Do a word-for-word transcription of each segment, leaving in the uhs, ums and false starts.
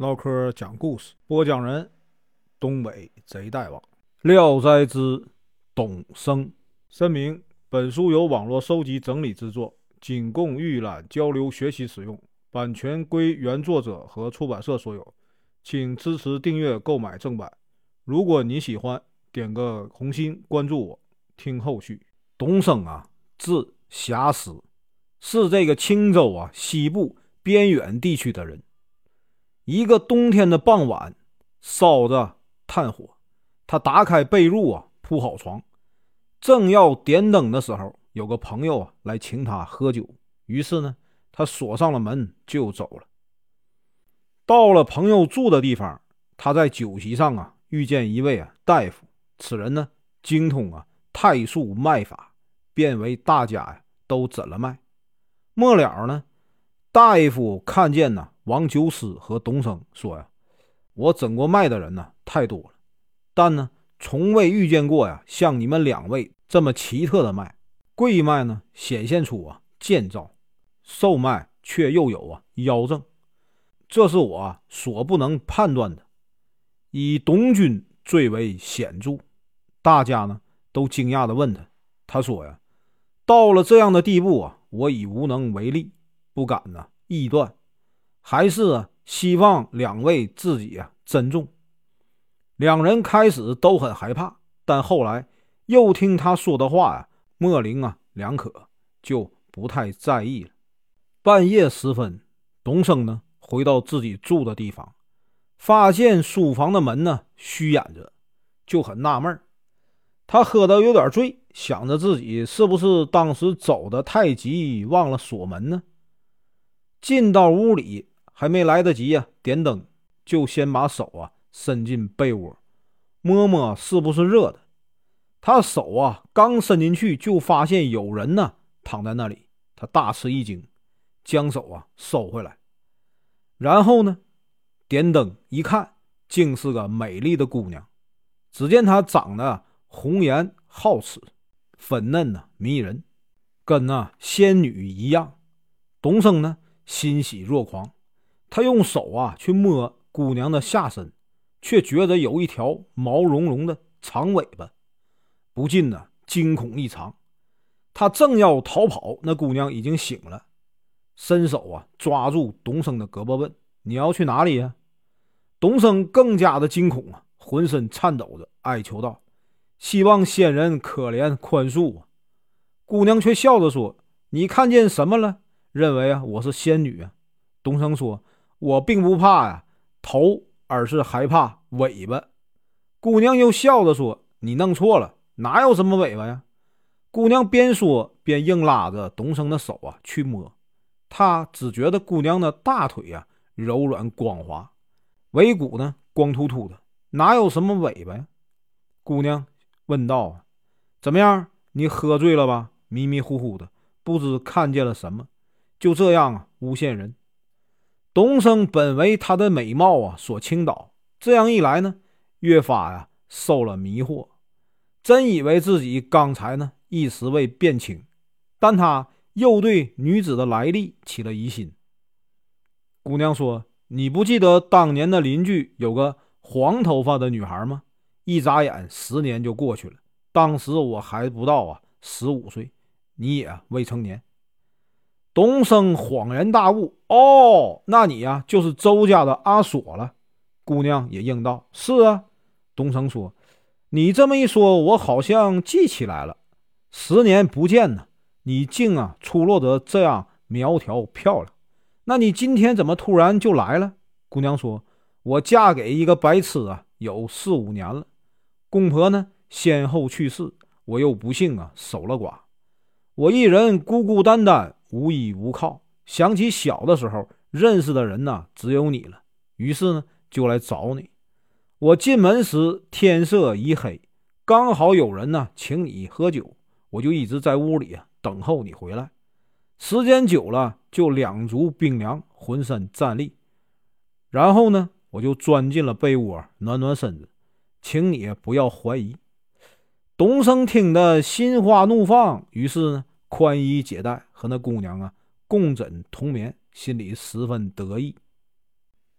唠嗑讲故事，播讲人东北贼大王，聊斋之董生。声明：本书由网络收集整理制作，仅供预览、交流、学习使用，版权归原作者和出版社所有，请支持订阅、购买正版。如果你喜欢，点个红心，关注我，听后续。董生啊，字遐思，是这个青州啊西部边远地区的人。一个冬天的傍晚，烧着炭火，他打开被褥啊，铺好床，正要点灯的时候，有个朋友啊来请他喝酒，于是呢，他锁上了门就走了。到了朋友住的地方，他在酒席上啊遇见一位啊大夫，此人呢精通啊太素脉法，便为大家呀都诊了脉。末了呢，大夫看见呢王九师和董生，说呀，我诊过脉的人呢太多了，但呢从未遇见过呀像你们两位这么奇特的脉。贵脉呢显现出啊健兆，瘦脉却又有啊腰症，这是我啊所不能判断的。以董君最为显著。大家呢都惊讶地问他，他说呀，到了这样的地步啊，我已无能为力，不敢呢臆断，还是啊希望两位自己啊珍重。两人开始都很害怕，但后来又听他说的话啊模棱啊两可，就不太在意了。半夜时分，董生呢回到自己住的地方，发现书房的门呢虚掩着，就很纳闷。他喝得有点醉，想着自己是不是当时走得太急，忘了锁门呢？进到屋里，还没来得及啊点灯，就先把手啊伸进被窝，摸摸是不是热的。他手啊刚伸进去，就发现有人呢躺在那里，他大吃一惊，将手啊收回来。然后呢，点灯一看，竟是个美丽的姑娘。只见她长得红颜好齿，粉嫩啊迷人，跟那仙女一样。董生呢欣喜若狂，他用手啊去摸姑娘的下身，却觉得有一条毛茸茸的长尾巴，不禁呢惊恐异常。他正要逃跑，那姑娘已经醒了，伸手啊抓住董生的胳膊问，你要去哪里呀？董生更加的惊恐啊，浑身颤抖着哀求道，希望仙人可怜宽恕啊。姑娘却笑着说，你看见什么了？认为啊我是仙女啊。董生说，我并不怕呀、啊、头，而是害怕尾巴。姑娘又笑着说，你弄错了，哪有什么尾巴呀？姑娘边说边硬拉着董生的手啊去摸，他只觉得姑娘的大腿啊柔软光滑，尾骨呢光秃秃的，哪有什么尾巴呀？姑娘问道，怎么样，你喝醉了吧？迷迷糊糊的，不知看见了什么，就这样啊诬陷人。董生本为她的美貌啊所倾倒，这样一来呢，越发呀受了迷惑，真以为自己刚才呢一时未辨清，但他又对女子的来历起了疑心。姑娘说，你不记得当年的邻居有个黄头发的女孩吗？一眨眼十年就过去了，当时我还不到啊十五岁，你也未成年。董生恍然大悟，哦，那你呀、啊、就是周家的阿锁了。姑娘也应道，是啊。董生说，你这么一说，我好像记起来了，十年不见呢，你竟啊出落得这样苗条漂亮，那你今天怎么突然就来了？姑娘说，我嫁给一个白痴啊有四五年了，公婆呢先后去世，我又不幸啊守了寡，我一人孤孤单单，无依无靠，想起小的时候认识的人呢只有你了，于是呢就来找你。我进门时天色已黑，刚好有人呢请你喝酒，我就一直在屋里啊等候你回来。时间久了，就两足冰凉，浑身战栗。然后呢，我就钻进了被窝，暖暖身子，请你不要怀疑。董生听得心花怒放，于是呢宽衣解带，和那姑娘啊共枕同眠，心里十分得意。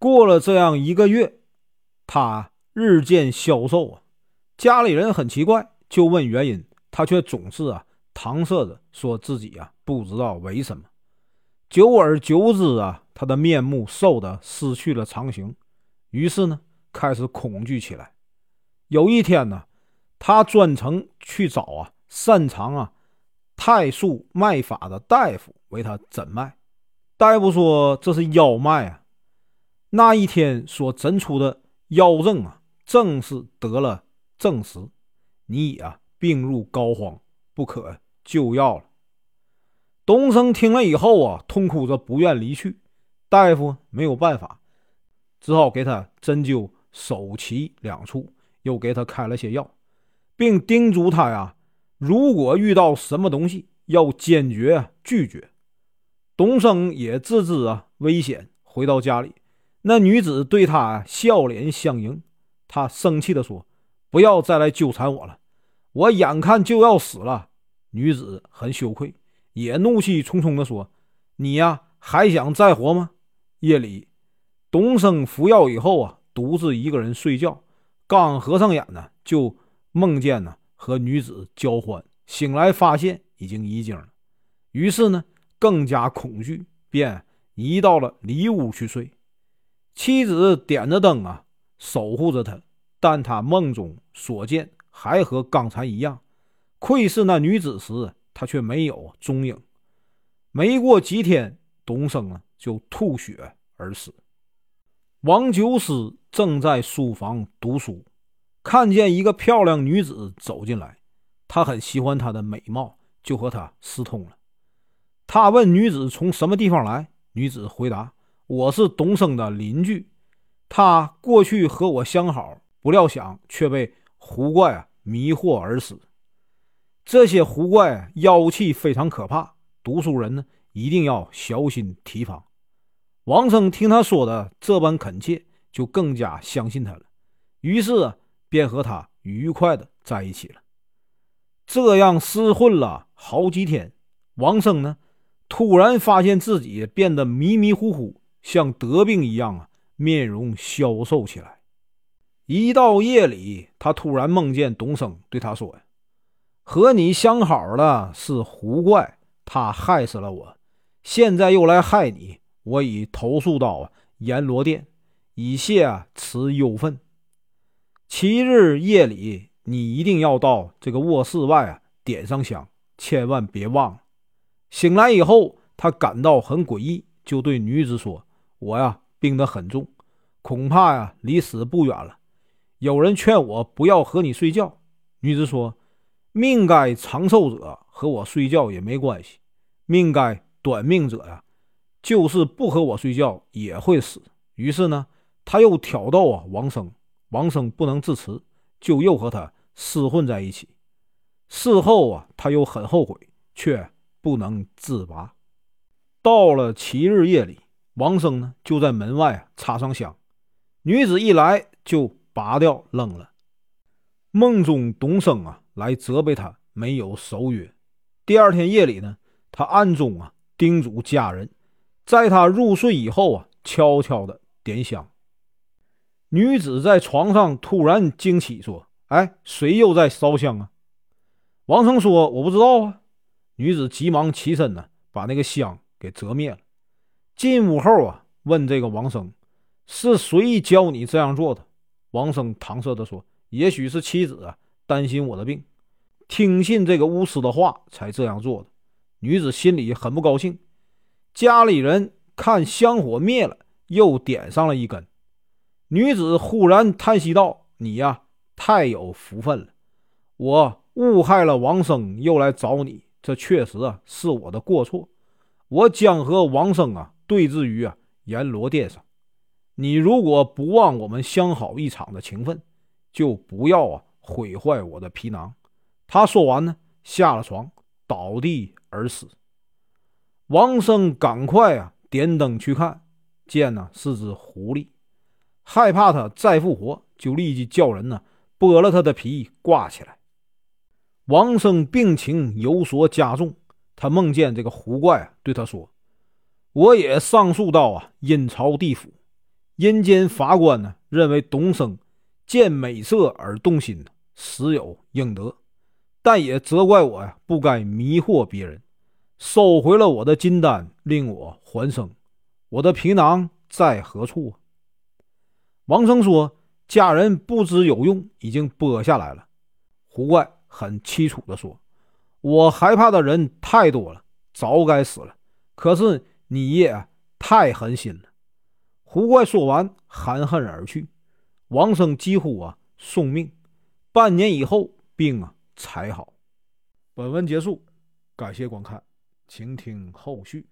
过了这样一个月，他日渐消瘦啊，家里人很奇怪，就问原因，他却总是啊搪塞着说自己啊不知道为什么。久而久之啊，他的面目瘦得失去了常形，于是呢开始恐惧起来。有一天呢，他专程去找啊擅长啊太素脉法的大夫为他诊脉。大夫说这是腰脉啊。那一天所诊出的腰症啊，正是得了正时，你已啊病入膏肓，不可救药了。东升听了以后啊，痛哭着不愿离去。大夫没有办法，只好给他针灸手脐两处，又给他开了些药，并叮嘱他呀，如果遇到什么东西要坚决拒绝。东升也自知啊危险，回到家里，那女子对他笑脸相迎。他生气地说，不要再来纠缠我了，我眼看就要死了。女子很羞愧，也怒气冲冲地说，你呀还想再活吗？夜里东升服药以后啊，独自一个人睡觉，刚合上眼呢，就梦见呢和女子交欢，醒来发现已经遗精了。于是呢更加恐惧，便移到了里屋去睡。妻子点着灯啊守护着他，但他梦中所见还和刚才一样，窥视那女子时他却没有踪影。没过几天，东升呢就吐血而死。王九思正在书房读书，看见一个漂亮女子走进来，他很喜欢她的美貌，就和她私通了。他问女子从什么地方来，女子回答，我是东升的邻居，他过去和我相好，不料想却被狐怪啊迷惑而死。这些狐怪妖气非常可怕，读书人呢一定要小心提防。王生听他说的这般恳切，就更加相信他了，于是便和他愉快的在一起了。这样厮混了好几天，王生呢突然发现自己变得迷迷糊糊，像得病一样啊，面容消瘦起来。一到夜里，他突然梦见东升对他说，和你相好的是狐怪，他害死了我，现在又来害你，我已投诉到阎罗殿，以谢此忧愤。七日夜里，你一定要到这个卧室外啊点上香，千万别忘了。醒来以后，他感到很诡异，就对女子说，我呀病得很重，恐怕呀离死不远了，有人劝我不要和你睡觉。女子说，命该长寿者和我睡觉也没关系，命该短命者呀就是不和我睡觉也会死。于是呢他又挑逗啊王生，王生不能自持，就又和他厮混在一起。事后啊他又很后悔，却不能自拔。到了七日夜里，王生呢就在门外啊插上香，女子一来就拔掉扔了。梦中东升啊来责备他没有守约。第二天夜里呢，他暗中啊叮嘱家人，在他入睡以后啊悄悄的点香。女子在床上突然惊起说，哎，谁又在烧香啊？王生说，我不知道啊。女子急忙起身呢，把那个香给折灭了。进屋后啊，问这个王生，是谁教你这样做的？王生搪塞地说，也许是妻子啊担心我的病，听信这个巫师的话才这样做的。女子心里很不高兴，家里人看香火灭了，又点上了一根。女子忽然叹息道，你呀太有福分了，我误害了王生，又来找你，这确实啊是我的过错，我将和王生啊对峙于啊阎罗殿上，你如果不忘我们相好一场的情分，就不要啊毁坏我的皮囊。他说完呢，下了床，倒地而死。王生赶快啊点灯去看，见呢是只狐狸，害怕他再复活，就立即叫人呢剥了他的皮挂起来。王生病情有所加重，他梦见这个狐怪啊对他说，我也上诉到啊阴曹地府， 阴间法官呢认为董生见美色而动心，实有应得，但也责怪我呀不该迷惑别人，收回了我的金丹，令我还生。我的皮囊在何处啊？王生说，家人不知有用，已经剥下来了。胡怪很凄楚地说，我害怕的人太多了，早该死了，可是你也太狠心了。胡怪说完含恨而去，王生几乎啊送命，半年以后病啊才好。本文结束，感谢观看，请听后续。